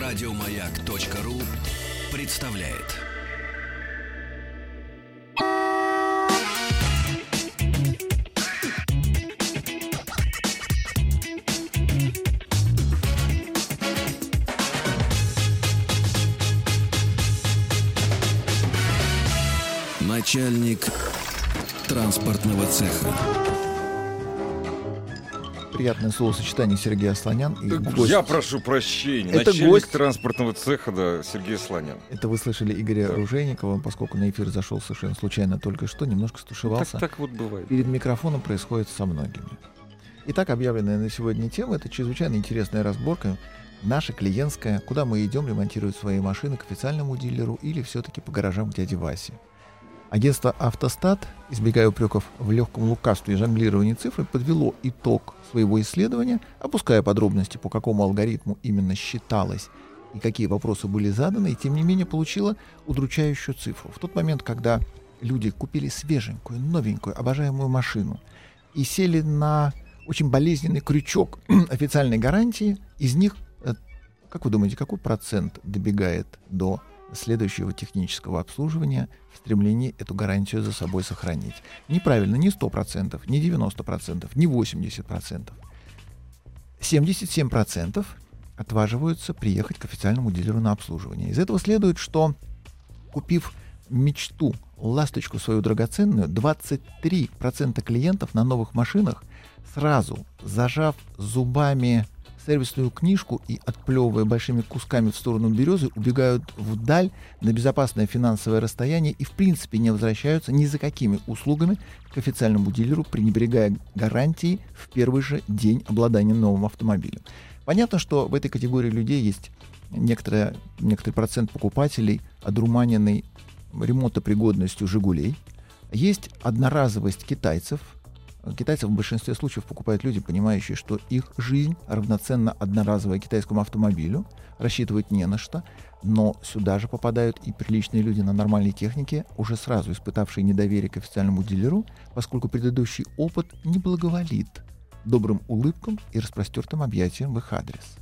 Радиомаяк.ру представляет. Начальник транспортного цеха. Приятное словосочетание Сергей Слонян и гость. Я прошу прощения. Это начальник гость транспортного цеха, да, Сергей Слонян. Это вы слышали Игоря Ружейникова, поскольку на эфир зашел совершенно случайно только что, немножко стушевался. Так вот бывает. Перед микрофоном происходит со многими. Итак, объявленная на сегодня тема — это чрезвычайно интересная разборка, наша клиентская, куда мы идем ремонтировать свои машины, к официальному дилеру или все-таки по гаражам к дяде Васе. Агентство «Автостат», избегая упреков в легком лукавстве и жонглировании цифрами, подвело итог своего исследования, опуская подробности, по какому алгоритму именно считалось и какие вопросы были заданы, и тем не менее получило удручающую цифру. В тот момент, когда люди купили свеженькую, новенькую, обожаемую машину и сели на очень болезненный крючок официальной гарантии, из них, как вы думаете, какой процент добегает до следующего технического обслуживания в стремлении эту гарантию за собой сохранить? Неправильно, не 100%, не 90%, не 80%. 77% отваживаются приехать к официальному дилеру на обслуживание. Из этого следует, что, купив мечту, ласточку свою драгоценную, 23% клиентов на новых машинах, сразу зажав зубами сервисную книжку и, отплевывая большими кусками в сторону березы, убегают вдаль на безопасное финансовое расстояние и в принципе не возвращаются ни за какими услугами к официальному дилеру, пренебрегая гарантией в первый же день обладания новым автомобилем. Понятно, что в этой категории людей есть некоторый процент покупателей, одурманенный ремонтопригодностью «Жигулей». Есть одноразовость китайцев. Китайцев в большинстве случаев покупают люди, понимающие, что их жизнь равноценна одноразовой китайскому автомобилю, рассчитывать не на что, но сюда же попадают и приличные люди на нормальной технике, уже сразу испытавшие недоверие к официальному дилеру, поскольку предыдущий опыт не благоволит добрым улыбкам и распростертым объятиям в их адрес.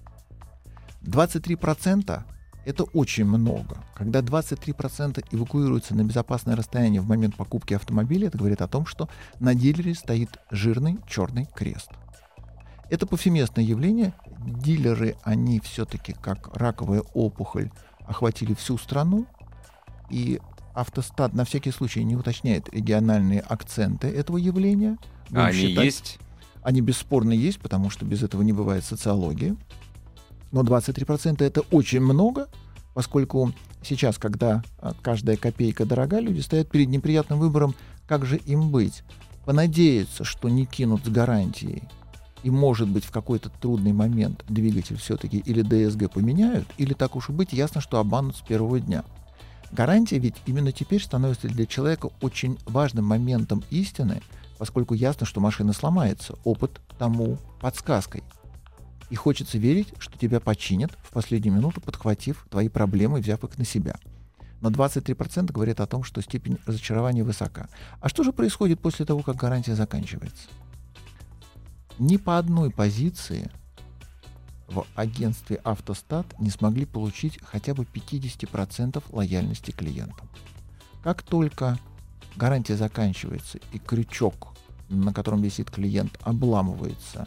23% — это очень много. Когда 23% эвакуируются на безопасное расстояние в момент покупки автомобиля, это говорит о том, что на дилере стоит жирный черный крест. Это повсеместное явление. Дилеры, они все-таки, как раковая опухоль, охватили всю страну, и Автостат на всякий случай не уточняет региональные акценты этого явления. Они есть? Они бесспорно есть, потому что без этого не бывает социологии. Но 23% это очень много, поскольку сейчас, когда каждая копейка дорога, люди стоят перед неприятным выбором, как же им быть. Понадеяться, что не кинут с гарантией, и, может быть, в какой-то трудный момент двигатель все-таки или ДСГ поменяют, или, так уж и быть, ясно, что обманут с первого дня. Гарантия ведь именно теперь становится для человека очень важным моментом истины, поскольку ясно, что машина сломается, опыт тому подсказкой. И хочется верить, что тебя починят в последнюю минуту, подхватив твои проблемы, взяв их на себя. Но 23% говорят о том, что степень разочарования высока. А что же происходит после того, как гарантия заканчивается? Ни по одной позиции в агентстве «Автостат» не смогли получить хотя бы 50% лояльности клиентам. Как только гарантия заканчивается и крючок, на котором висит клиент, обламывается,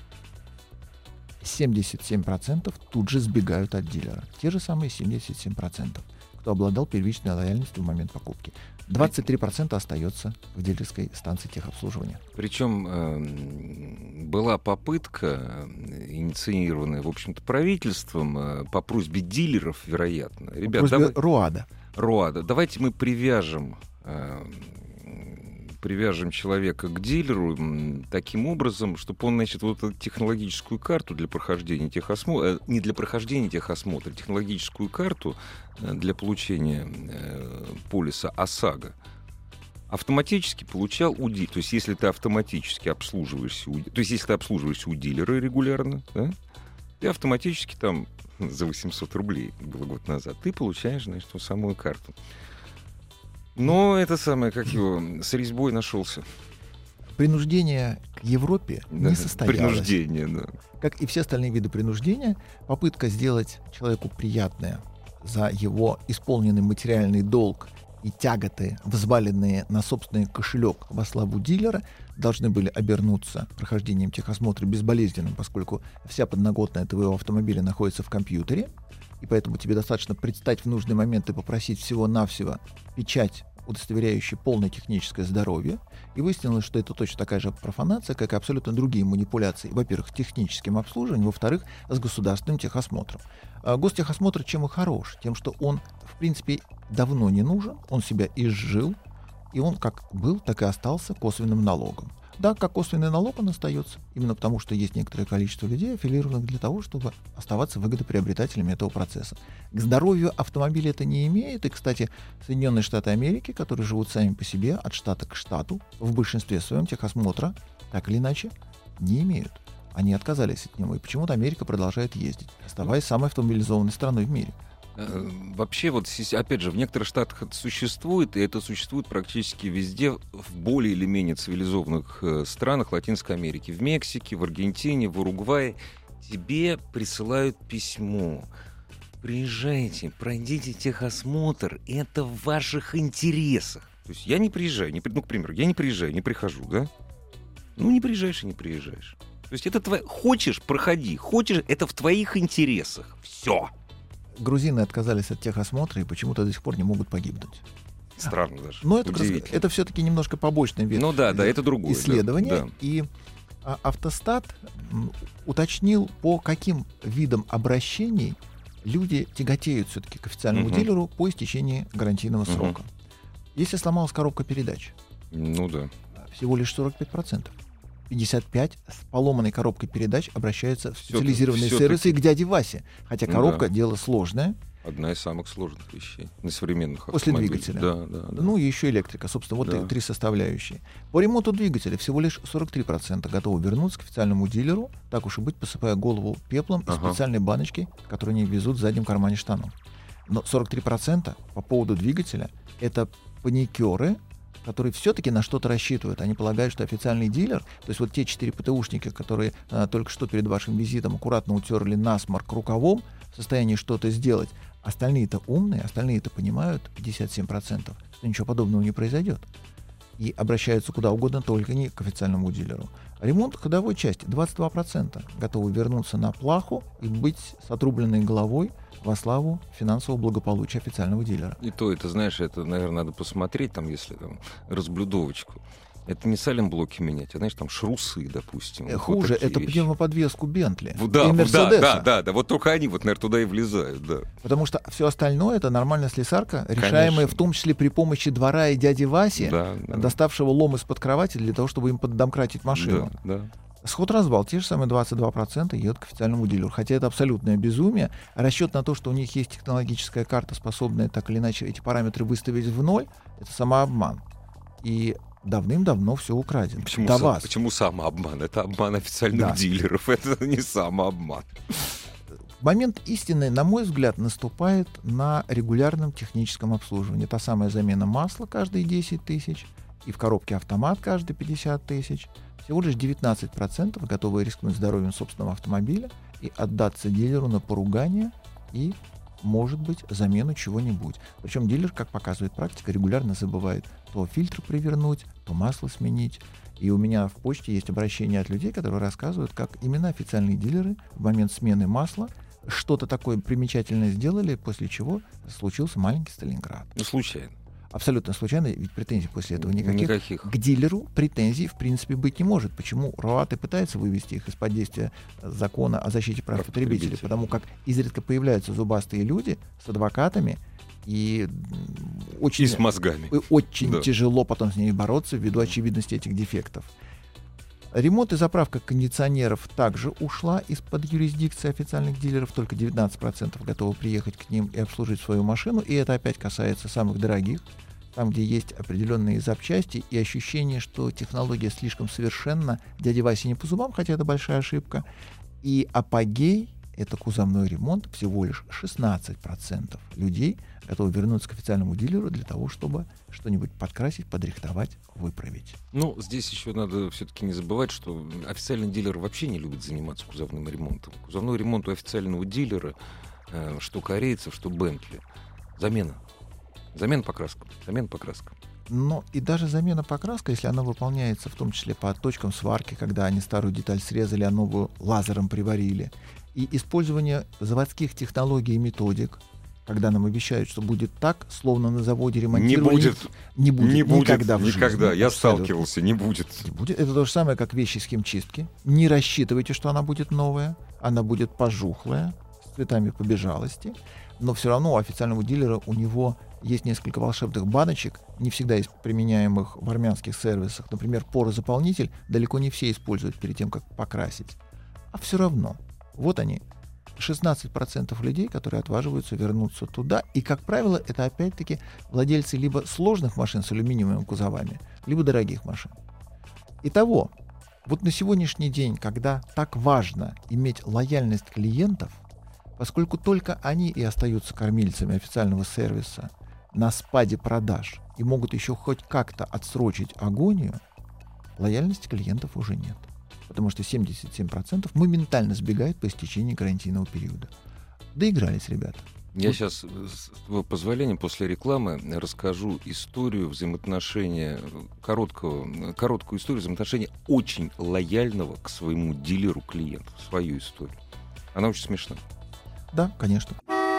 77% тут же сбегают от дилера. Те же самые 77%, кто обладал первичной лояльностью в момент покупки. 23% остается в дилерской станции техобслуживания. Причем была попытка, инициированная, в общем-то, правительством по просьбе дилеров, вероятно. Ребят, РУАДа. Давайте мы привяжем человека к дилеру таким образом, чтобы он, значит, вот эту технологическую карту для прохождения техосмотра, не для прохождения техосмотра, технологическую карту для получения полиса ОСАГО автоматически получал у дилера. То есть, если ты автоматически обслуживаешься у дилера регулярно, да, ты автоматически там за 800 рублей, было год назад, ты получаешь, значит, ту самую карту. Но это самое, как его, с резьбой нашелся. Принуждение к Европе не состоялось. Принуждение, да. Как и все остальные виды принуждения, попытка сделать человеку приятное за его исполненный материальный долг и тяготы, взваленные на собственный кошелек во славу дилера, должны были обернуться прохождением техосмотра безболезненным, поскольку вся подноготная твоего автомобиля находится в компьютере, и поэтому тебе достаточно предстать в нужный момент и попросить всего-навсего печать, удостоверяющая полное техническое здоровье, и выяснилось, что это точно такая же профанация, как и абсолютно другие манипуляции. Во-первых, с техническим обслуживанием, во-вторых, с государственным техосмотром. Гостехосмотр чем и хорош? Тем, что он, в принципе, давно не нужен, он себя изжил, и он как был, так и остался косвенным налогом. Да, как косвенный налог он остается, именно потому что есть некоторое количество людей, аффилированных для того, чтобы оставаться выгодоприобретателями этого процесса. К здоровью автомобиля это не имеет, и, кстати, Соединенные Штаты Америки, которые живут сами по себе, от штата к штату, в большинстве своем техосмотра, так или иначе, не имеют. Они отказались от него, и почему-то Америка продолжает ездить, оставаясь самой автомобилизованной страной в мире. Вообще, вот опять же, в некоторых штатах это существует, и это существует практически везде, в более или менее цивилизованных странах Латинской Америки. В Мексике, в Аргентине, в Уругвае тебе присылают письмо. Приезжайте, пройдите техосмотр, это в ваших интересах. То есть я не приезжаю, к примеру, я не приезжаю, не прихожу, да? Ну, не приезжаешь и не приезжаешь. То есть это хочешь, проходи, хочешь, это в твоих интересах. Все. Грузины отказались от техосмотра и почему-то до сих пор не могут погибнуть. Странно даже. Но это все-таки немножко побочный вид это другое исследование. Да. И Автостат уточнил, по каким видам обращений люди тяготеют все-таки к официальному дилеру по истечении гарантийного срока. Если сломалась коробка передач, всего лишь 45%. 55% с поломанной коробкой передач обращаются в специализированные сервисы и к дяде Васе. Хотя коробка дело сложное. Одна из самых сложных вещей на современных после автомобилях. Двигателя. Да. Ну и еще электрика. Собственно, вот три составляющие. По ремонту двигателя всего лишь 43% готовы вернуться к официальному дилеру, так уж и быть, посыпая голову пеплом из специальной баночки, которую они везут в заднем кармане штанов. Но 43% по поводу двигателя — это паникеры, которые все-таки на что-то рассчитывают. Они полагают, что официальный дилер, то есть вот те 4 ПТУшники, которые только что перед вашим визитом аккуратно утерли насморк рукавом, в состоянии что-то сделать, остальные-то умные, остальные-то понимают, 57%, что ничего подобного не произойдет. И обращаются куда угодно, только не к официальному дилеру. Ремонт ходовой части 22% готовы вернуться на плаху и быть с отрубленной головой во славу финансового благополучия официального дилера. И то, это, знаешь, это, наверное, надо посмотреть, там, если там разблюдовочку. Это не саленблоки менять, а, знаешь, там шрусы, допустим. Хуже, это пневмоподвеску Бентли да, и Мерседеса. Да, вот только они вот, наверное, туда и влезают, да. Потому что все остальное — это нормальная слесарка, решаемая в том числе при помощи двора и дяди Васи, доставшего лом из-под кровати для того, чтобы им поддомкратить машину. Да. Сход-развал, те же самые 22% едут к официальному дилеру. Хотя это абсолютное безумие. Расчет на то, что у них есть технологическая карта, способная так или иначе эти параметры выставить в ноль, это самообман. И давным-давно все украдено. Почему самообман? Это обман официальных дилеров, это не самообман. Момент истины, на мой взгляд, наступает на регулярном техническом обслуживании. Та самая замена масла каждые 10 тысяч, и в коробке автомат каждые 50 тысяч. Всего лишь 19% готовы рискнуть здоровьем собственного автомобиля и отдаться дилеру на поругание и, может быть, замену чего-нибудь. Причем дилер, как показывает практика, регулярно забывает то фильтр привернуть, то масло сменить. И у меня в почте есть обращения от людей, которые рассказывают, как именно официальные дилеры в момент смены масла что-то такое примечательное сделали, после чего случился маленький Сталинград. Случайно. Абсолютно случайно, ведь претензий после этого никаких. К дилеру претензий в принципе быть не может. Почему РОАТ и пытается вывести их из-под действия закона о защите прав потребителей? Потому как изредка появляются зубастые люди с адвокатами, и очень, с мозгами. Очень тяжело потом с ними бороться ввиду очевидности этих дефектов. Ремонт и заправка кондиционеров также ушла из-под юрисдикции официальных дилеров. Только 19% готовы приехать к ним и обслужить свою машину. И это опять касается самых дорогих. Там, где есть определенные запчасти и ощущение, что технология слишком совершенна, дяде Васе не по зубам, хотя это большая ошибка. И апогей — это кузовной ремонт, всего лишь 16% людей готовы вернуться к официальному дилеру для того, чтобы что-нибудь подкрасить, подрихтовать, выправить. Ну, здесь еще надо все-таки не забывать, что официальный дилер вообще не любит заниматься кузовным ремонтом. Кузовной ремонт у официального дилера, что корейцев, что Бентли, замена. Замена покраска. Но и даже замена покраска, если она выполняется в том числе по точкам сварки, когда они старую деталь срезали, а новую лазером приварили, и использование заводских технологий и методик, когда нам обещают, что будет так, словно на заводе ремонтировали. Не будет. Никогда в жизни. Никогда. Я сталкивался. Не будет. Это то же самое, как вещи из химчистки. Не рассчитывайте, что она будет новая. Она будет пожухлая, с цветами побежалости. Но все равно у официального дилера у него есть несколько волшебных баночек, не всегда применяемых в армянских сервисах. Например, порозаполнитель далеко не все используют перед тем, как покрасить. А все равно. Вот они. 16% людей, которые отваживаются вернуться туда. И, как правило, это опять-таки владельцы либо сложных машин с алюминиевыми кузовами, либо дорогих машин. Итого, вот на сегодняшний день, когда так важно иметь лояльность клиентов, поскольку только они и остаются кормильцами официального сервиса на спаде продаж и могут еще хоть как-то отсрочить агонию, лояльности клиентов уже нет. Потому что 77% моментально сбегают по истечении гарантийного периода. Доигрались, ребята. Я сейчас, с твоего позволения, после рекламы расскажу историю взаимоотношения, короткую историю взаимоотношения очень лояльного к своему дилеру клиента. Свою историю. Она очень смешна. Да, конечно.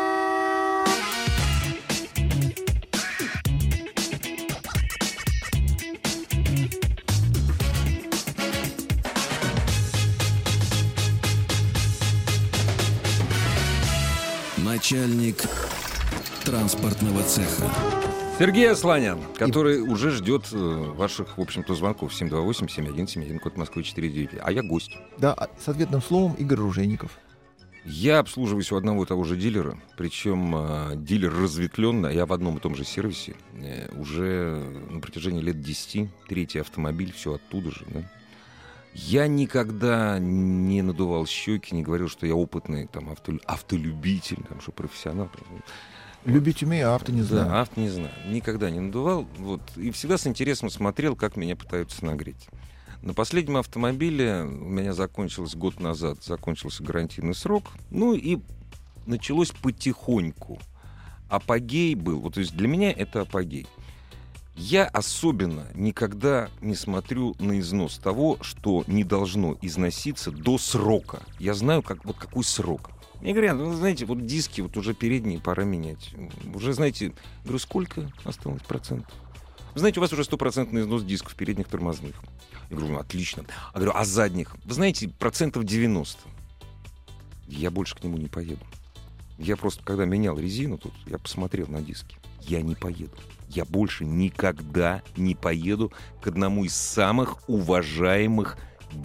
Начальник транспортного цеха. Сергей Асланян, который уже ждет ваших, в общем-то, звонков. 728-7171, код Москвы 495. А я гость. Да, с ответным словом Игорь Ружейников. Я обслуживаюсь у одного и того же дилера, причем дилер разветвленно, я в одном и том же сервисе, уже на протяжении лет 10, третий автомобиль, все оттуда же, да. Я никогда не надувал щеки, не говорил, что я опытный там, автолюбитель, там, что профессионал. Любить умею, а авто не знаю. Да, авто не знаю. Никогда не надувал. Вот, и всегда с интересом смотрел, как меня пытаются нагреть. На последнем автомобиле у меня год назад закончился гарантийный срок. Ну и началось потихоньку. Апогей был. Вот, то есть для меня это апогей. Я особенно никогда не смотрю на износ того, что не должно износиться до срока. Я знаю, какой срок. Мне говорят, вы знаете, вот диски вот уже передние пора менять. Уже, знаете, говорю, сколько осталось процентов? Вы знаете, у вас уже 100% износ дисков передних тормозных. Я говорю, ну, отлично. Я говорю, а задних? Вы знаете, 90%. Я больше к нему не поеду. Я просто, когда менял резину тут, я посмотрел на диски. Я не поеду. Я больше никогда не поеду к одному из самых уважаемых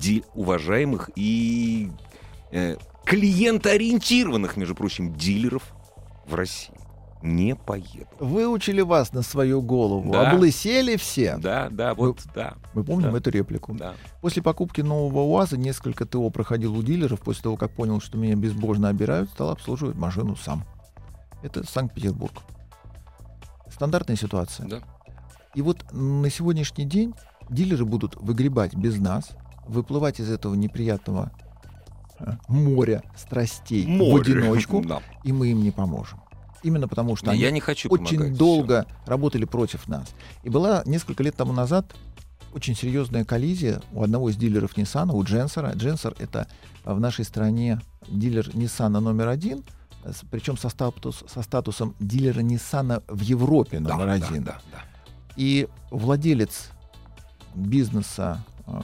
и клиентоориентированных, между прочим, дилеров в России. Не поеду. Выучили вас на свою голову. Да. Облысели все. Да. Мы помним Да. эту реплику. Да. После покупки нового УАЗа несколько ТО проходил у дилеров. После того, как понял, что меня безбожно обирают, стал обслуживать машину сам. Это Санкт-Петербург. Стандартная ситуация. Да. И вот на сегодняшний день дилеры будут выгребать без нас, выплывать из этого неприятного моря страстей в одиночку, Да. и мы им не поможем. Именно потому, что Я они не хочу очень помогать, долго работали против нас. И была несколько лет тому назад очень серьезная коллизия у одного из дилеров Nissan, у Gensor. Gensor — это в нашей стране дилер Nissan номер 1, причем со статусом дилера Nissan в Европе номер 1. Да. И владелец бизнеса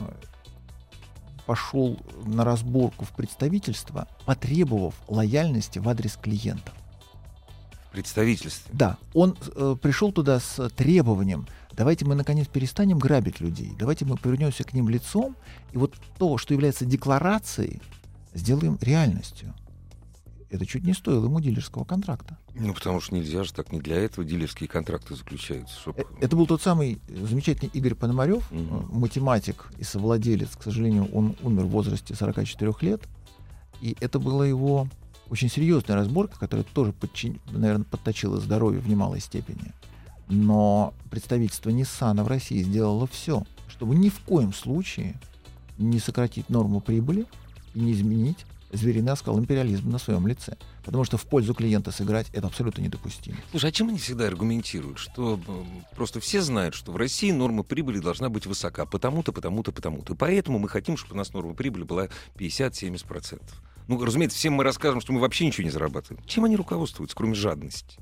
пошел на разборку в представительство, потребовав лояльности в адрес клиентов. Представительстве. Да, он пришел туда с требованием: давайте мы наконец перестанем грабить людей, давайте мы повернемся к ним лицом, и вот то, что является декларацией, сделаем реальностью. Это чуть не стоило ему дилерского контракта. Ну, потому что нельзя же так, не для этого дилерские контракты заключаются. Чтобы... Это был тот самый замечательный Игорь Пономарев, математик и совладелец. К сожалению, он умер в возрасте 44 лет. И это было его очень серьезная разборка, которая тоже, наверное, подточила здоровье в немалой степени. Но представительство Nissan в России сделало все, чтобы ни в коем случае не сократить норму прибыли и не изменить звериный оскал империализма на своем лице. Потому что в пользу клиента сыграть — это абсолютно недопустимо. Слушай, а чем они всегда аргументируют? Что просто все знают, что в России норма прибыли должна быть высока. Потому-то, потому-то, потому-то. И поэтому мы хотим, чтобы у нас норма прибыли была 50-70%. Ну, разумеется, всем мы расскажем, что мы вообще ничего не зарабатываем. Чем они руководствуются, кроме жадности?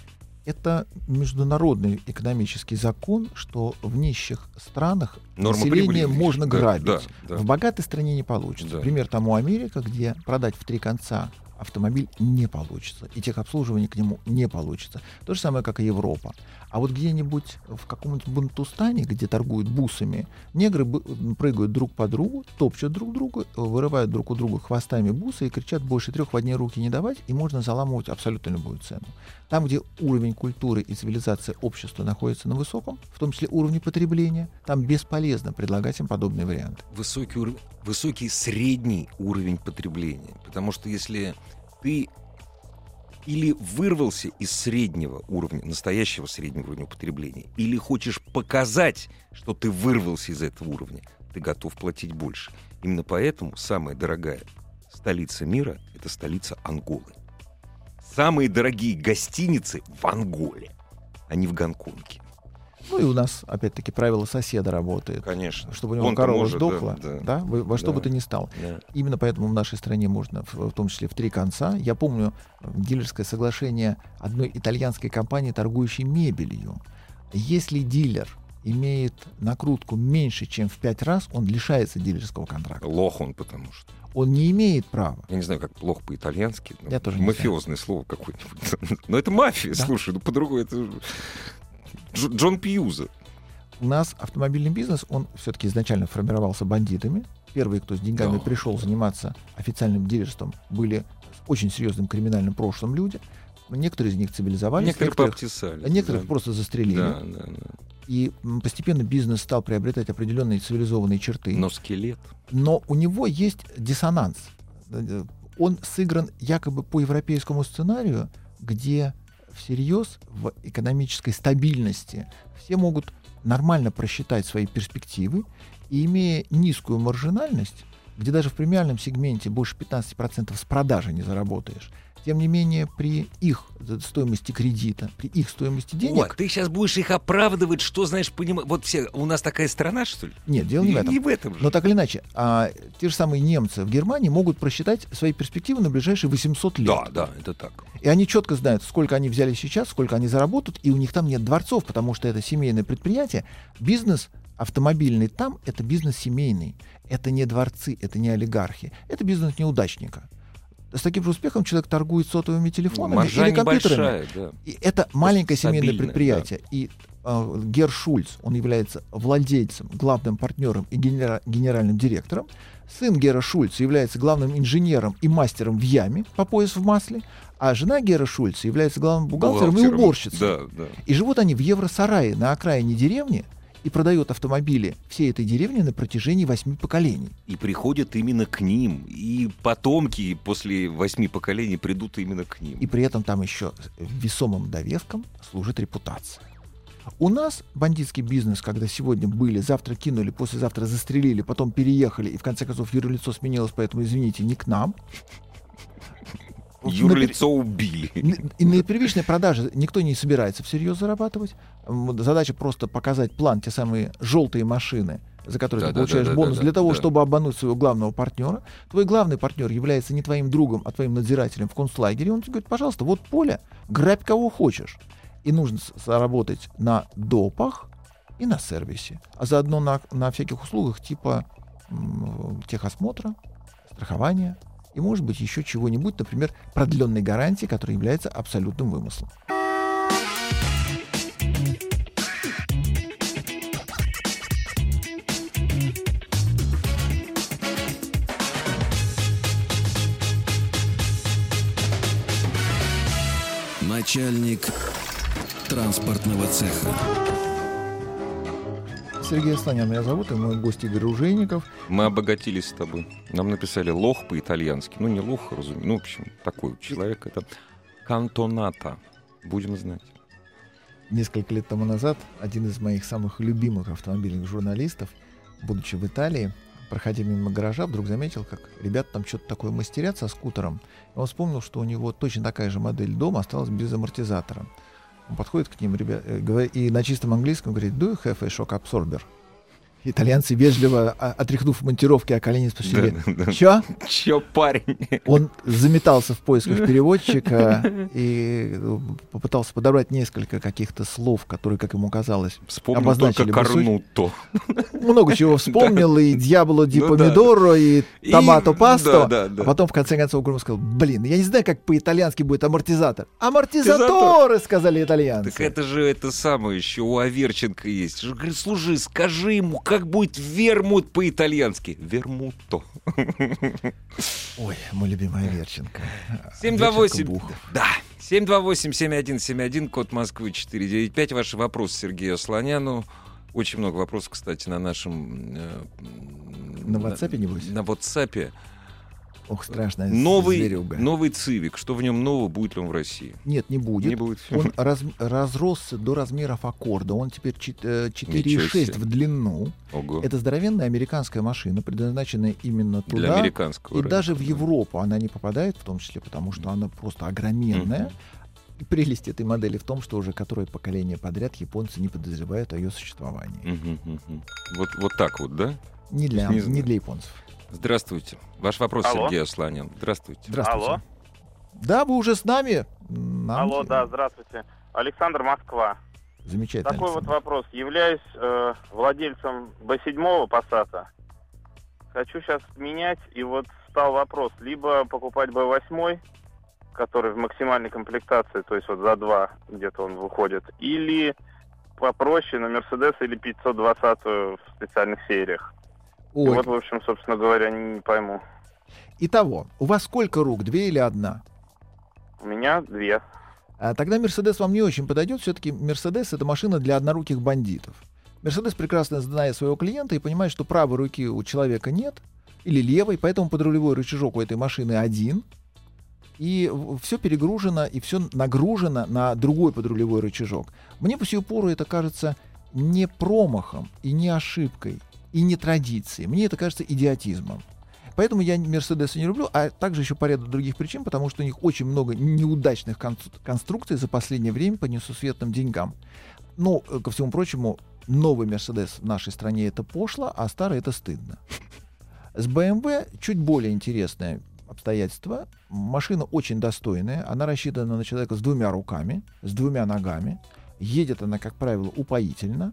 Это международный экономический закон, что в нищих странах Норма население прибыли можно да, грабить. да. В богатой стране не получится. Да. Пример тому Америка, где продать в 3 конца автомобиль не получится, и техобслуживание к нему не получится. То же самое, как и Европа. А вот где-нибудь в каком-нибудь Бантустане, где торгуют бусами, негры прыгают друг по другу, топчут друг друга, вырывают друг у друга хвостами бусы и кричат: больше 3 в одни руки не давать, и можно заламывать абсолютно любую цену. Там, где уровень культуры и цивилизации общества находится на высоком, в том числе уровне потребления, там бесполезно предлагать им подобные варианты. Высокий средний уровень потребления. Потому что если ты или вырвался из среднего уровня, настоящего среднего уровня потребления, или хочешь показать, что ты вырвался из этого уровня, ты готов платить больше. Именно поэтому самая дорогая столица мира — это столица Анголы. Самые дорогие гостиницы в Анголе, а не в Гонконге. Ну и у нас, опять-таки, правило соседа работает. Конечно. Чтобы у него Он-то корова может, сдохла, да. во что бы то ни стало. Да. Именно поэтому в нашей стране можно, в том числе в 3 конца. Я помню дилерское соглашение одной итальянской компании, торгующей мебелью. Если дилер имеет накрутку меньше, чем в 5 раз, он лишается дилерского контракта. Лох он, потому что. Он не имеет права. Я не знаю, как плохо по-итальянски. Я тоже не мафиозное слово какое-нибудь. Но это мафия, Да. слушай, ну по-другому это Джон Пьюза. У нас автомобильный бизнес, он все-таки изначально формировался бандитами. Первые, кто с деньгами Да. пришел заниматься официальным дилерством, были с очень серьезным криминальным прошлым люди. Некоторые из них цивилизовались, Некоторые некоторых пообтесали. некоторых да. просто застрелили. Да. И постепенно бизнес стал приобретать определенные цивилизованные черты. Но скелет. Но у него есть диссонанс. Он сыгран якобы по европейскому сценарию, где всерьез в экономической стабильности все могут нормально просчитать свои перспективы, и, имея низкую маржинальность, где даже в премиальном сегменте больше 15% с продажи не заработаешь, тем не менее, при их стоимости кредита, при их стоимости денег... Вот, ты сейчас будешь их оправдывать, что, знаешь, вот все, у нас такая страна, что ли? Нет, дело не в этом. И в этом же. Но так или иначе, те же самые немцы в Германии могут просчитать свои перспективы на ближайшие 800 лет. Да, это так. И они четко знают, сколько они взяли сейчас, сколько они заработают, и у них там нет дворцов, потому что это семейное предприятие. Бизнес автомобильный там — это бизнес семейный. Это не дворцы, это не олигархи. Это бизнес неудачника. С таким же успехом человек торгует сотовыми телефонами Маржа или компьютерами. небольшая, да. И это маленькое семейное стабильное, предприятие. И Герр Шульц, он является владельцем, главным партнером и генеральным директором. Сын Герра Шульца является главным инженером и мастером в яме по пояс в масле, а жена Герра Шульца является главным бухгалтером и уборщицей. Да. И живут они в евросарае на окраине деревни и продают автомобили всей этой деревни на протяжении 8 поколений. И приходят именно к ним. И потомки после 8 поколений придут именно к ним. И при этом там еще весомым довеском служит репутация. У нас бандитский бизнес, когда сегодня были, завтра кинули, послезавтра застрелили, потом переехали, и в конце концов юрлицо сменилось, поэтому, извините, не к нам. Юрлицо убили. И на первичной продаже никто не собирается всерьез зарабатывать. Задача просто показать план, те самые желтые машины, за которые ты получаешь бонус для того, чтобы обмануть своего главного партнера. Твой главный партнер является не твоим другом, а твоим надзирателем в концлагере. Он тебе говорит: пожалуйста, вот поле, грабь кого хочешь. И нужно заработать на допах и на сервисе. А заодно на всяких услугах типа техосмотра, страхования и, может быть, еще чего-нибудь, например, продленной гарантии, которая является абсолютным вымыслом. Начальник транспортного цеха. Сергей Асланян меня зовут, и мой гость Игорь Ружейников. Мы обогатились с тобой. Нам написали лох по-итальянски. Ну, не лох, разумеется. Ну, в общем, такой человек. Это кантоната. Будем знать. Несколько лет тому назад один из моих самых любимых автомобильных журналистов, будучи в Италии, проходя мимо гаража, вдруг заметил, как ребята там что-то такое мастерят со скутером. И он вспомнил, что у него точно такая же модель дома осталась без амортизатора. Он подходит к ним, и на чистом английском говорит: «Do you have a shock absorber?» Итальянцы, вежливо отряхнув монтировки о колени, спросили: «Чё?» Чё, парень? Он заметался в поисках переводчика и попытался подобрать несколько каких-то слов, которые, как ему казалось, Вспомнил обозначили только бы суть. корнуто. Много чего вспомнил, и «Дьяволо ди помидоро», и «Томато пасто». А потом, в конце концов, грубо сказал: «Блин, я не знаю, как по-итальянски будет амортизатор». «Амортизаторы», сказали итальянцы. Так это же это самое еще у Аверченко есть. Говорит: слушай, скажи ему, как будет вермут по-итальянски. Вермуто. Ой, мой любимый Аверченко. 728. Да. 728-7171, код Москвы 495. Ваши вопросы Сергею Асланяну. Очень много вопросов, кстати, на нашем... На WhatsApp, небось? На WhatsApp. Ох, страшная зверюга. Новый Цивик. Что в нем нового? Будет ли он в России? Нет, не будет. Не будет. Он разросся до размеров Аккорда. Он теперь 4,6 в длину. Ого. Это здоровенная американская машина, предназначенная именно туда. Для американского и рынка, даже в Европу она не попадает, в том числе потому, что она просто огроменная. И прелесть этой модели в том, что уже которое поколение подряд японцы не подозревают о ее существовании. Вот так вот, да? Не для японцев. Здравствуйте. Ваш вопрос, алло. Сергей Асланян. Здравствуйте. Здравствуйте. Алло. Да, вы уже с нами. Алло, да, здравствуйте. Александр, Москва. Замечательно. Такой Александр. вот вопрос. Являюсь владельцем B7 Passat. Хочу сейчас менять, и вот стал вопрос. Либо покупать B8, который в максимальной комплектации, то есть вот за 2 где-то он выходит, или попроще на Mercedes или 520 в специальных сериях. Ой. Вот, в общем, собственно говоря, не пойму. Итого, у вас сколько рук? 2 или 1? У меня 2. Тогда Мерседес вам не очень подойдет. Все-таки Мерседес — это машина для одноруких бандитов. Мерседес прекрасно знает своего клиента и понимает, что правой руки у человека нет, или левой, поэтому подрулевой рычажок у этой машины один, и все перегружено, и все нагружено на другой подрулевой рычажок. Мне по сию пору это кажется не промахом и не ошибкой, и не традицией. Мне это кажется идиотизмом. Поэтому я Мерседесы не люблю, а также еще по ряду других причин, потому что у них очень много неудачных конструкций за последнее время по несусветным деньгам. Но, ко всему прочему, новый Мерседес в нашей стране — это пошло, а старый — это стыдно. С BMW чуть более интересное обстоятельство. Машина очень достойная, она рассчитана на человека с 2 руками, с 2 ногами. Едет она, как правило, упоительно.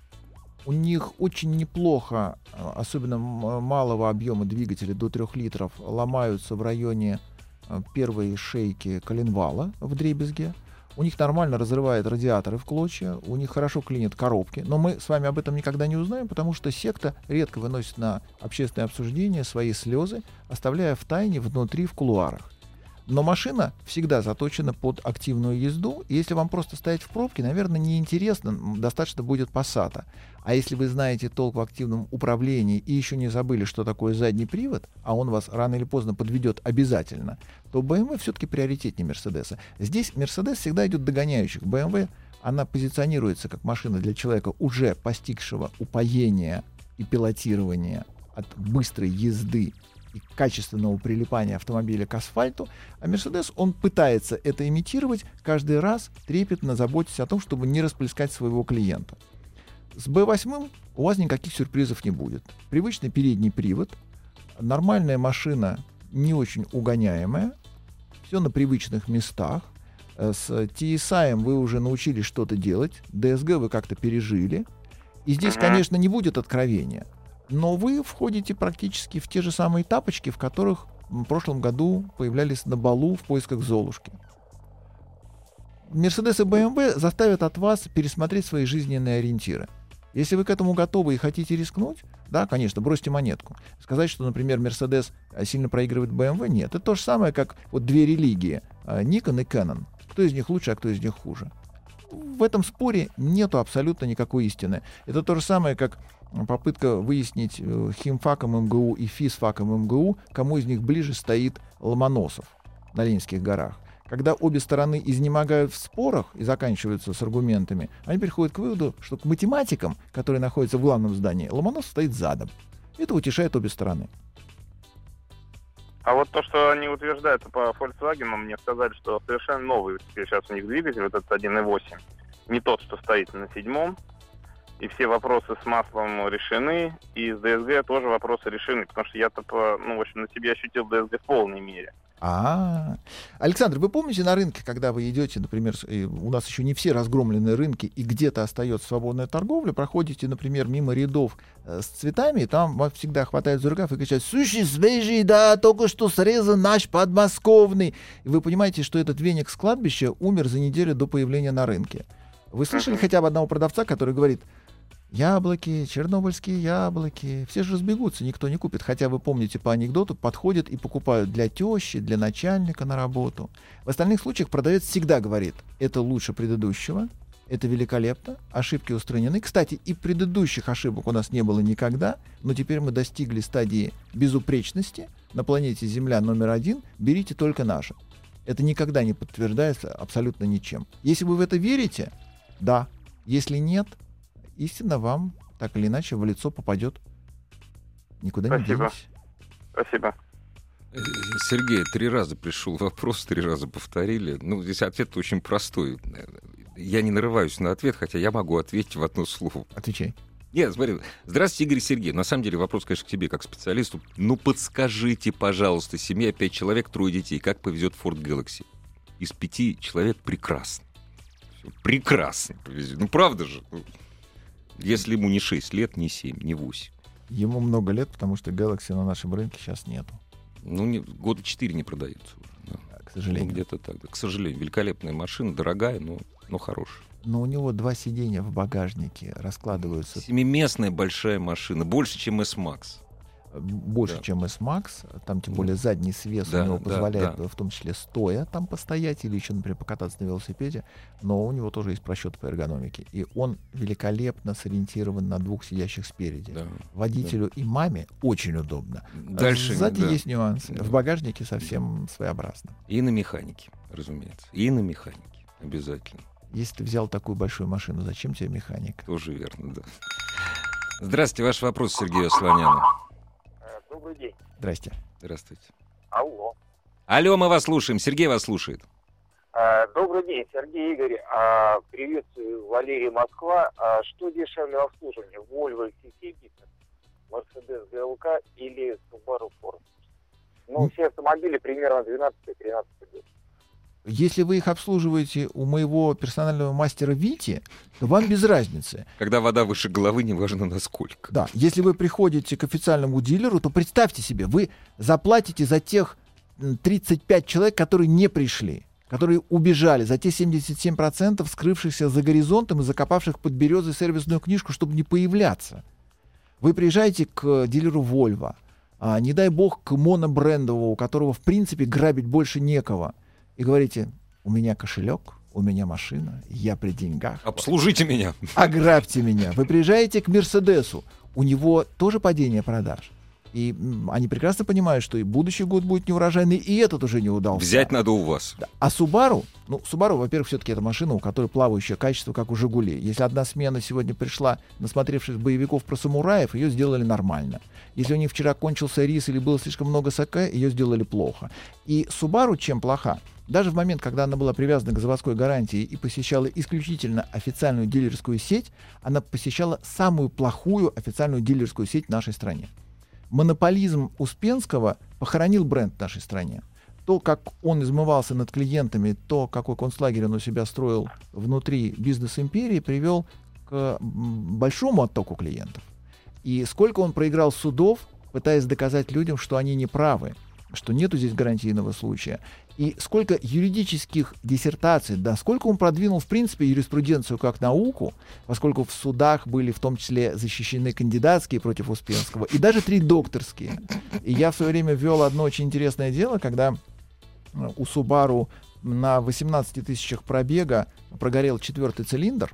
У них очень неплохо, особенно малого объема двигателя до 3 литров, ломаются в районе первой шейки коленвала вдребезги. У них нормально разрывает радиаторы в клочья, у них хорошо клинят коробки. Но мы с вами об этом никогда не узнаем, потому что секта редко выносит на общественное обсуждение свои слезы, оставляя в тайне внутри в кулуарах. Но машина всегда заточена под активную езду, и если вам просто стоять в пробке, наверное, неинтересно, достаточно будет Passat. А если вы знаете толк в активном управлении и еще не забыли, что такое задний привод, а он вас рано или поздно подведет обязательно, то BMW все-таки приоритетнее Мерседеса. Здесь Мерседес всегда идет догоняющих. BMW, она позиционируется как машина для человека, уже постигшего упоения и пилотирования от быстрой езды и качественного прилипания автомобиля к асфальту, а Mercedes, он пытается это имитировать, каждый раз трепетно заботясь о том, чтобы не расплескать своего клиента. С B8 у вас никаких сюрпризов не будет. Привычный передний привод, нормальная машина, не очень угоняемая, все на привычных местах. С TSI вы уже научились что-то делать, DSG вы как-то пережили. И здесь, конечно, не будет откровения. Но вы входите практически в те же самые тапочки, в которых в прошлом году появлялись на балу в поисках Золушки. Mercedes и BMW заставят от вас пересмотреть свои жизненные ориентиры. Если вы к этому готовы и хотите рискнуть, да, конечно, бросьте монетку. Сказать, что, например, Mercedes сильно проигрывает BMW, нет. Это то же самое, как вот 2 религии, Nikon и Canon. Кто из них лучше, а кто из них хуже? в этом споре нету абсолютно никакой истины. Это то же самое, как попытка выяснить химфаком МГУ и физфаком МГУ, кому из них ближе стоит Ломоносов на Ленинских горах. Когда обе стороны изнемогают в спорах и заканчиваются с аргументами, они приходят к выводу, что к математикам, которые находятся в главном здании, Ломоносов стоит задом. Это утешает обе стороны. А вот то, что они утверждают по Volkswagen, мне сказали, что совершенно новый сейчас у них двигатель, вот этот 1.8, не тот, что стоит на 7-м, и все вопросы с маслом решены, и с ДСГ тоже вопросы решены, потому что я-то, в общем, на себе ощутил ДСГ в полной мере. Александр, вы помните на рынке, когда вы идете, например, у нас еще не все разгромленные рынки, и где-то остается свободная торговля, проходите, например, мимо рядов с цветами, и там вас всегда хватают за рукав и кричат: «Слушай, свежий, да, только что срезан наш подмосковный». И вы понимаете, что этот веник с кладбища умер за неделю до появления на рынке. Вы слышали хотя бы одного продавца, который говорит: яблоки, чернобыльские яблоки, все же разбегутся, никто не купит. Хотя вы помните по анекдоту, подходят и покупают для тещи, для начальника на работу. В остальных случаях продавец всегда говорит: это лучше предыдущего, это великолепно, ошибки устранены. Кстати, и предыдущих ошибок у нас не было никогда, но теперь мы достигли стадии безупречности. На планете Земля номер 1, берите только наше. Это никогда не подтверждается абсолютно ничем. Если вы в это верите, да. Если нет, истина вам так или иначе в лицо попадет. Никуда не денетесь. Спасибо. Сергей, 3 раза пришел вопрос, 3 раза повторили. Здесь ответ очень простой. Я не нарываюсь на ответ, хотя я могу ответить в одно слово. Отвечай. Нет, смотри. Здравствуйте, Игорь Сергей. На самом деле вопрос, конечно, к тебе, как специалисту. Подскажите, пожалуйста, семья 5 человек, 3 детей. Как повезет Ford Galaxy? Из 5 человек прекрасно. Все, прекрасно повезет. Правда же? Если ему не 6 лет, не 7, не 8. Ему много лет, потому что Galaxy на нашем рынке сейчас нету. Года 4 не продается уже. Да. К сожалению. Где-то так. Да. К сожалению. Великолепная машина, дорогая, но хорошая. Но у него 2 сиденья в багажнике раскладываются. 7-местная большая машина, больше, чем S-Max. Больше, чем S-Max. Там, тем более, задний свес у него позволяет, в том числе, стоя там постоять или еще, например, покататься на велосипеде. Но у него тоже есть просчеты по эргономике. И он великолепно сориентирован на 2 сидящих спереди. Да. Водителю и маме очень удобно. Дальше, сзади есть нюансы. В багажнике совсем своеобразно. И на механике, разумеется. И на механике. Обязательно. Если ты взял такую большую машину, зачем тебе механик? Тоже верно, да. Здравствуйте, ваш вопрос Сергею Слоняну. Добрый день. Здрасте. Здравствуйте. Алло, мы вас слушаем. Сергей вас слушает. Добрый день, Сергей, Игорь. Приветствую, Валерий, Москва. Что дешевле обслуживание? Volvo XC70, Mercedes GLK или Subaru Forester? Все автомобили примерно 12-13 год. Если вы их обслуживаете у моего персонального мастера Вити, то вам без разницы. Когда вода выше головы, неважно насколько. Да, если вы приходите к официальному дилеру, то представьте себе, вы заплатите за тех 35 человек, которые не пришли, которые убежали, за те 77% скрывшихся за горизонтом и закопавших под березой сервисную книжку, чтобы не появляться. Вы приезжаете к дилеру Volvo, не дай бог к монобрендовому, у которого в принципе грабить больше некого, и говорите: у меня кошелек, у меня машина, я при деньгах. Обслужите меня. Ограбьте меня. Вы приезжаете к Мерседесу, у него тоже падение продаж. И они прекрасно понимают, что и будущий год будет неурожайный, и этот уже не удался. Взять надо у вас. Да. А Subaru, Subaru, во-первых, все-таки это машина, у которой плавающее качество, как у «Жигулей». Если одна смена сегодня пришла, насмотревшись боевиков про самураев, ее сделали нормально. Если у них вчера кончился рис или было слишком много саке, ее сделали плохо. И Subaru чем плоха? Даже в момент, когда она была привязана к заводской гарантии и посещала исключительно официальную дилерскую сеть, она посещала самую плохую официальную дилерскую сеть в нашей стране. Монополизм Успенского похоронил бренд в нашей стране. То, как он измывался над клиентами, то, какой концлагерь он у себя строил внутри бизнес-империи, привел к большому оттоку клиентов. И сколько он проиграл судов, пытаясь доказать людям, что они не правы, что нету здесь гарантийного случая. И сколько юридических диссертаций, сколько он продвинул, в принципе, юриспруденцию как науку, поскольку в судах были в том числе защищены кандидатские против Успенского, и даже 3 докторские. И я в свое время вел одно очень интересное дело, когда у Subaru на 18 тысячах пробега прогорел 4-й цилиндр,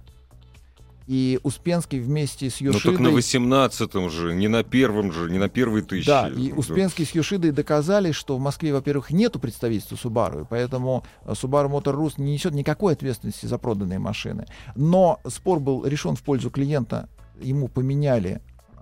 и Успенский вместе с Йошидой... Ну так на 18-м же, не на первом же, не на первой тысяче. Да, и Успенский с Йошидой доказали, что в Москве, во-первых, нету представительства Subaru, и поэтому Subaru Motor Rus не несет никакой ответственности за проданные машины. Но спор был решен в пользу клиента, ему поменяли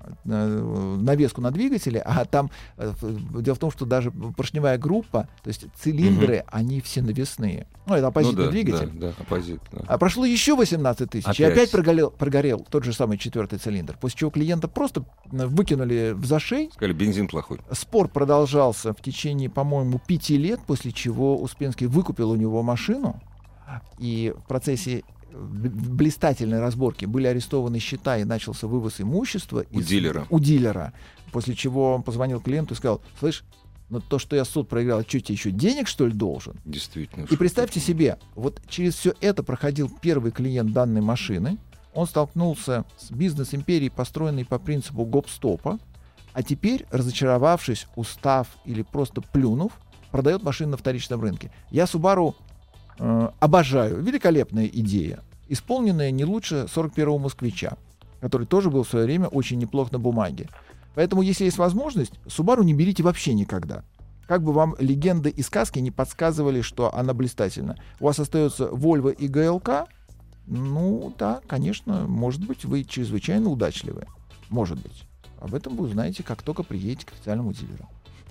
навеску на двигателе, а там дело в том, что даже поршневая группа, то есть цилиндры, они все навесные. Ну, это оппозитный двигатель. Да, оппозит, да. А прошло еще 18 тысяч, и опять прогорел тот же самый 4-й цилиндр, после чего клиента просто выкинули в зашей. Сказали, бензин плохой. Спор продолжался в течение, по-моему, 5 лет, после чего Успенский выкупил у него машину, и в процессе блистательной разборки были арестованы счета и начался вывоз имущества у дилера. После чего он позвонил клиенту и сказал: слышь, но то, что я суд проиграл, что тебе еще денег, что ли, должен? Действительно. И представьте себе, вот через все это проходил первый клиент данной машины. Он столкнулся с бизнес-империей, построенной по принципу гоп-стопа, а теперь, разочаровавшись, устав или просто плюнув, продает машины на вторичном рынке. Я Subaru обожаю. Великолепная идея, исполненная не лучше 41-го «Москвича», который тоже был в свое время очень неплох на бумаге. Поэтому, если есть возможность, Subaru не берите вообще никогда. Как бы вам легенды и сказки не подсказывали, что она блистательна. У вас остается Volvo и ГЛК. Ну да, конечно, может быть, вы чрезвычайно удачливы. Может быть. Об этом вы узнаете, как только приедете к официальному дилеру.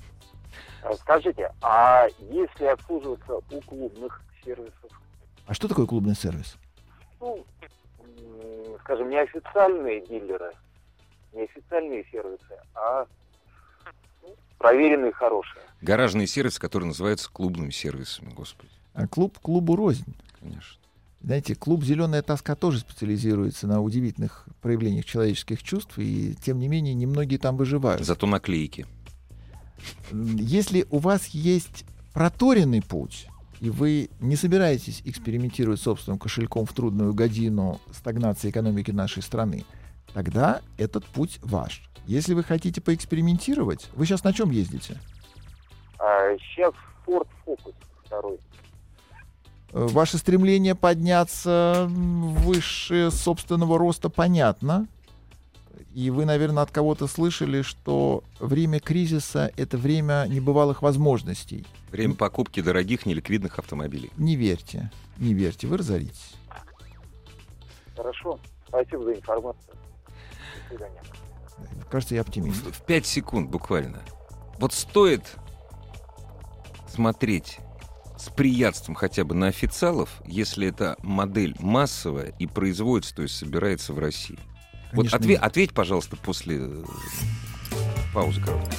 Скажите, а если обслуживаться у клубных сервисов? А что такое клубный сервис? Ну, скажем, не официальные дилеры, не официальные сервисы, а проверенные, хорошие. Гаражные сервисы, которые называются клубными сервисами, господи. А клубу рознь. Конечно. Знаете, клуб «Зеленая тоска» тоже специализируется на удивительных проявлениях человеческих чувств, и тем не менее немногие там выживают. Зато наклейки. Если у вас есть проторенный путь, и вы не собираетесь экспериментировать собственным кошельком в трудную годину стагнации экономики нашей страны, тогда этот путь ваш. Если вы хотите поэкспериментировать, вы сейчас на чем ездите? Сейчас Ford Focus 2. Ваше стремление подняться выше собственного роста понятно. И вы, наверное, от кого-то слышали, что время кризиса — это время небывалых возможностей. Время покупки дорогих неликвидных автомобилей. Не верьте, вы разоритесь. Хорошо, спасибо за информацию. До свидания. Кажется, я оптимист. В 5 секунд буквально. Вот стоит смотреть с приятством хотя бы на официалов, если эта модель массовая и производится, то есть собирается в России. Конечно, вот ответь, пожалуйста, после паузы короткой.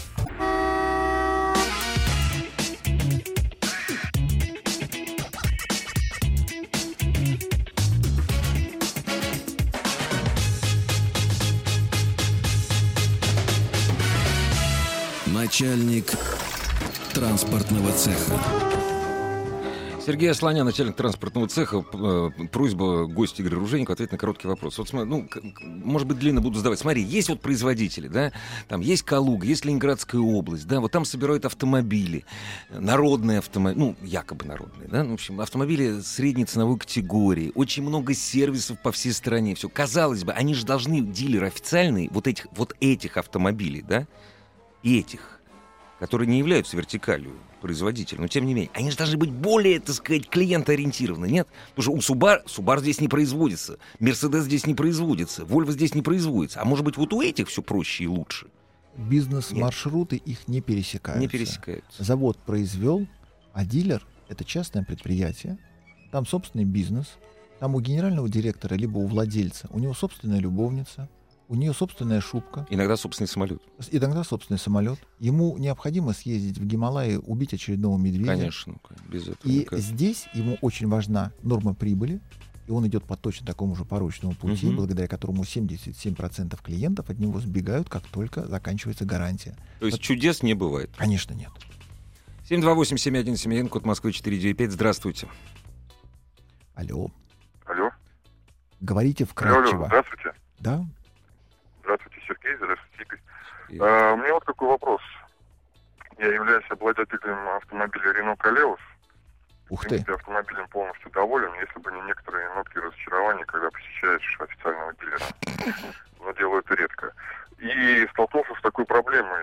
Начальник транспортного цеха. Сергей Асланян, начальник транспортного цеха. Просьба гостя Игоря Ружейникова ответить на короткий вопрос. Вот, может быть, длинно буду задавать. Смотри, есть вот производители, да, там есть Калуга, есть Ленинградская область, да, вот там собирают автомобили, народные автомобили, ну, якобы народные, да, в общем, автомобили средней ценовой категории, очень много сервисов по всей стране, все. Казалось бы, они же должны, дилеры официальные, вот этих автомобилей, да, и этих, которые не являются вертикалью производителя, но тем не менее, они же должны быть более, так сказать, клиентоориентированы, нет? Потому что у Subaru здесь не производится, Mercedes здесь не производится, Volvo здесь не производится, а может быть вот у этих все проще и лучше? Бизнес-маршруты их не пересекаются. Не пересекаются. Завод произвел, а дилер — это частное предприятие, там собственный бизнес, там у генерального директора либо у владельца, у него собственная любовница, у нее собственная шубка. Иногда собственный самолет. Иногда собственный самолет. Ему необходимо съездить в Гималаи, убить очередного медведя. Конечно, без этого. И здесь ему очень важна норма прибыли, и он идет по точно такому же порочному пути, благодаря которому 77% клиентов от него сбегают, как только заканчивается гарантия. То есть чудес не бывает? Конечно, нет. 728-7171, код Москвы 495. Здравствуйте. Алло. Алло. Говорите вкратчиво. Алло, здравствуйте. Да? Здравствуйте, Сергей. Здравствуйте, Игорь. У меня вот какой вопрос. Я являюсь обладателем автомобиля Renault Koleos Ух В ты. принципе, автомобилем полностью доволен, если бы не некоторые нотки разочарования, когда посещаешь официального дилера. Но делаю это редко. И столкнулся с такой проблемой.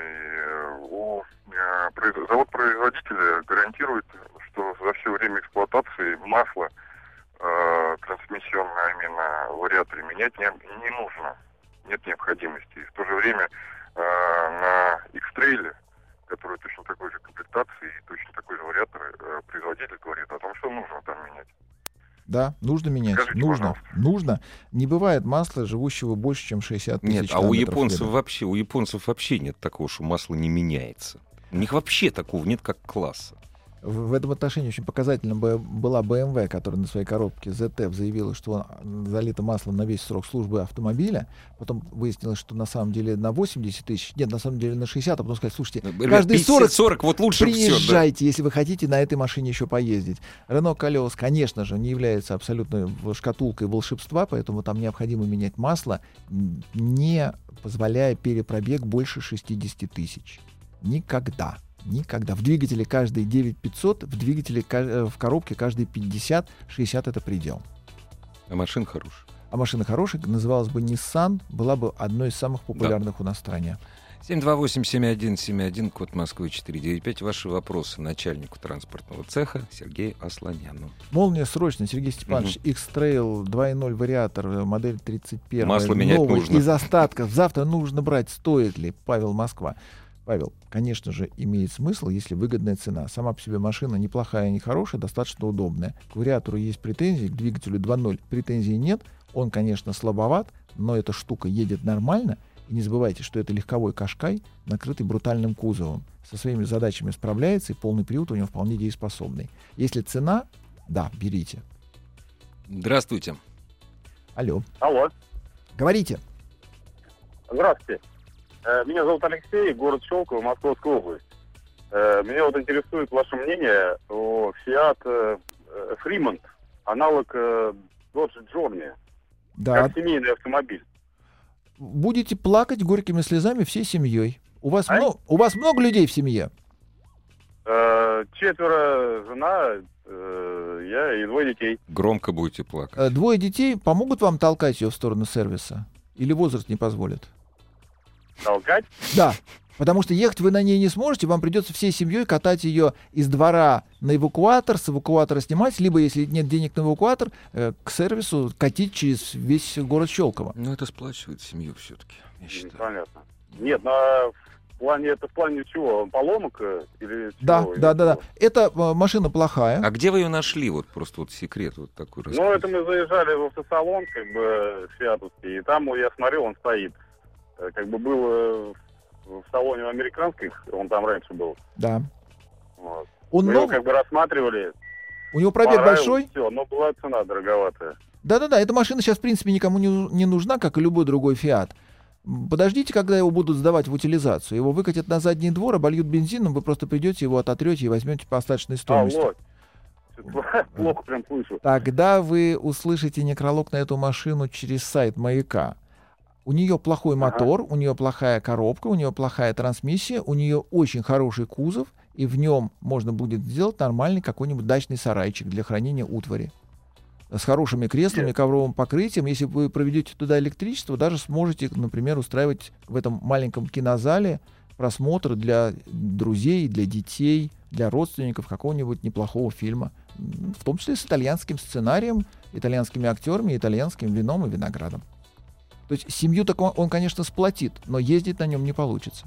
Завод производителя гарантирует, что за все время эксплуатации масло трансмиссионное именно вариаторе менять не нужно. Нет необходимости. И в то же время на X-Trail, который точно такой же комплектации и точно такой же вариатор, производитель говорит о том, что нужно там менять. Да, нужно менять. Скажите, Нужно. Нужно. Не бывает масла, живущего больше, чем 60 тысяч Нет, а у километров в японцев вообще нет такого, что масло не меняется. У них вообще такого нет, как класса. В этом отношении очень показательна была BMW, которая на своей коробке ZF заявила, что залито масло на весь срок службы автомобиля. Потом выяснилось, что на самом деле на 80 тысяч, нет, на самом деле на 60, а потом сказали, слушайте, каждые 40 вот лучше приезжайте, если вы хотите на этой машине еще поездить. Renault Koleos, конечно же, не является абсолютно шкатулкой волшебства, поэтому там необходимо менять масло, не позволяя перепробег больше 60 тысяч. Никогда. Никогда. В двигателе каждые 9500, в двигателе в коробке каждые 50-60 это предел. А машина хорошая. А машина хорошая, называлась бы Nissan, была бы одной из самых популярных у нас в стране. 728-7171, код Москвы 495. Ваши вопросы начальнику транспортного цеха Сергею Асланяну. Молния срочно, Сергей Степанович, X-Trail 2.0 вариатор, модель 31. Масло менять новый, нужно. из остатков. Завтра нужно брать, стоит ли? Павел, Москва. Павел, конечно же, имеет смысл, если выгодная цена. Сама по себе машина неплохая, не хорошая, достаточно удобная. К вариатору есть претензии, к двигателю 2.0 претензий нет. Он, конечно, слабоват, но эта штука едет нормально. И не забывайте, что это легковой Кашкай, накрытый брутальным кузовом. Со своими задачами справляется, и полный привод у него вполне дееспособный. Если цена, да, берите. Здравствуйте. Алло. Алло. Говорите. Здравствуйте. Меня зовут Алексей, город Щелково, Московская область. Меня вот интересует ваше мнение о Fiat Fremont, аналог Dodge Journey, Да. как семейный автомобиль. Будете плакать горькими слезами всей семьей. У вас много людей в семье? 4 жена, я и 2 детей. Громко будете плакать. 2 детей помогут вам толкать ее в сторону сервиса? Или возраст не позволит? Толкать? Да. Потому что ехать вы на ней не сможете, вам придется всей семьей катать ее из двора на эвакуатор, с эвакуатора снимать, либо, если нет денег на эвакуатор, к сервису катить через весь город Щелково. Ну, это сплачивает семью все-таки, я считаю. Понятно. Нет, в плане чего? Поломок или чего? Да. Эта машина плохая. А где вы ее нашли? Вот просто вот секрет вот такой. Ну, это мы заезжали в автосалон, как бы, фиатовский, и там, я смотрел, он стоит. Как бы был в салоне американских, он там раньше был. Да. Вот. Он Мы его новый? как бы рассматривали. У него пробег большой? Все, но была цена дороговатая. Да, эта машина сейчас, в принципе, никому не нужна, как и любой другой Фиат. Подождите, когда его будут сдавать в утилизацию. Его выкатят на задний двор, обольют бензином, вы просто придете, его ототрете и возьмете по остаточной стоимости. Алло. Плохо прям слышу. Тогда вы услышите некролог на эту машину через сайт «Маяка». У нее плохой мотор, у нее плохая коробка, у нее плохая трансмиссия, у нее очень хороший кузов, и в нем можно будет сделать нормальный какой-нибудь дачный сарайчик для хранения утвари. С хорошими креслами, ковровым покрытием. Если вы проведете туда электричество, даже сможете, например, устраивать в этом маленьком кинозале просмотр для друзей, для детей, для родственников какого-нибудь неплохого фильма. В том числе с итальянским сценарием, итальянскими актерами, итальянским вином и виноградом. То есть семью так он, конечно, сплотит, но ездить на нем не получится.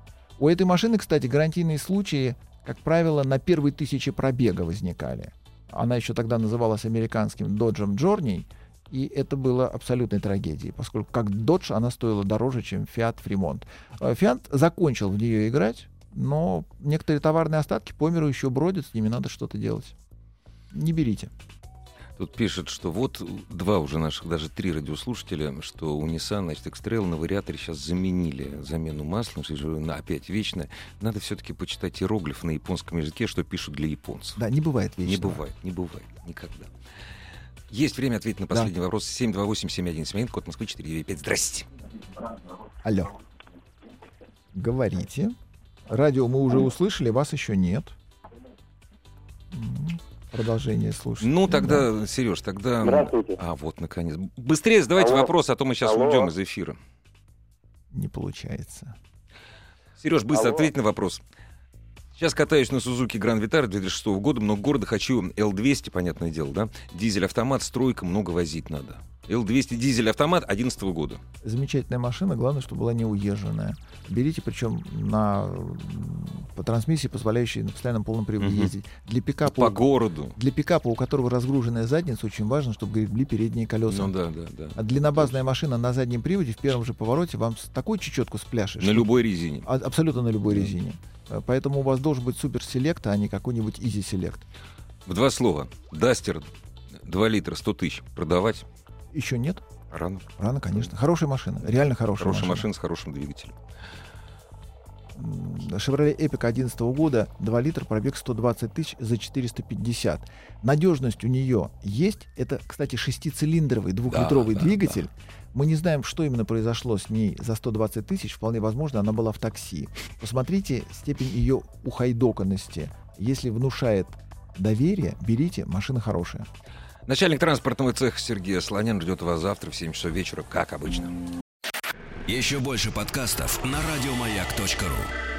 У этой машины, кстати, гарантийные случаи, как правило, на первые 1000 пробега возникали. Она еще тогда называлась американским Dodge Journey, и это было абсолютной трагедией, поскольку как Dodge она стоила дороже, чем Fiat Fremont. Fiat закончил в нее играть, но некоторые товарные остатки по миру еще бродят, с ними надо что-то делать. Не берите. Тут пишет, что вот 2 уже наших, даже 3 радиослушателя, что у Nissan, значит, X-Trail на вариаторе сейчас заменили замену масла, опять вечная. Надо все-таки почитать иероглиф на японском языке, что пишут для японцев. Да, не бывает вечного. Не бывает, никогда. Есть время ответить на последний вопрос. 728-7171, код Москвы 495. Здрасте. Алло. Говорите. Радио мы уже услышали, вас еще нет. продолжение слушать. Ну, тогда, Сереж, тогда... Здравствуйте. Вот, наконец. Быстрее задавайте Алло. вопрос, а то мы сейчас Алло. уйдем из эфира. Не получается. Сереж, быстро Алло. ответь на вопрос. Сейчас катаюсь на Suzuki Grand Vitara 2006 года, много города, хочу L200, понятное дело, да? Дизель-автомат, стройка, много возить надо. L200 дизель-автомат 2011 года. Замечательная машина, главное, чтобы была неуезженная. Берите, причем по трансмиссии, позволяющей на постоянном полном приводе ездить. Для пикапа, По городу. для пикапа, у которого разгруженная задница, очень важно, чтобы гребли передние колеса. Ну да. А длиннобазная машина на заднем приводе в первом же повороте вам такую чечетку спляшешь. На любой резине. Абсолютно на любой резине. Поэтому у вас должен быть суперселект, а не какой-нибудь изи-селект. В 2 слова. Дастер 2 литра 100 тысяч. Продавать? Еще нет? Рано. Рано, конечно. Хорошая машина. Реально хорошая Хорошая машина с хорошим двигателем. Chevrolet Epica 2011 года, 2 литра, пробег 120 тысяч за 450. Надежность у нее есть. Это, кстати, 6-цилиндровый двухлитровый двигатель. Мы не знаем, что именно произошло с ней за 120 тысяч. Вполне возможно, она была в такси. Посмотрите степень ее ухайдоканности. Если внушает доверие, берите, машина хорошая. Начальник транспортного цеха Сергей Слонян ждет вас завтра в 7 часов вечера, как обычно. Еще больше подкастов на радиомаяк.ру.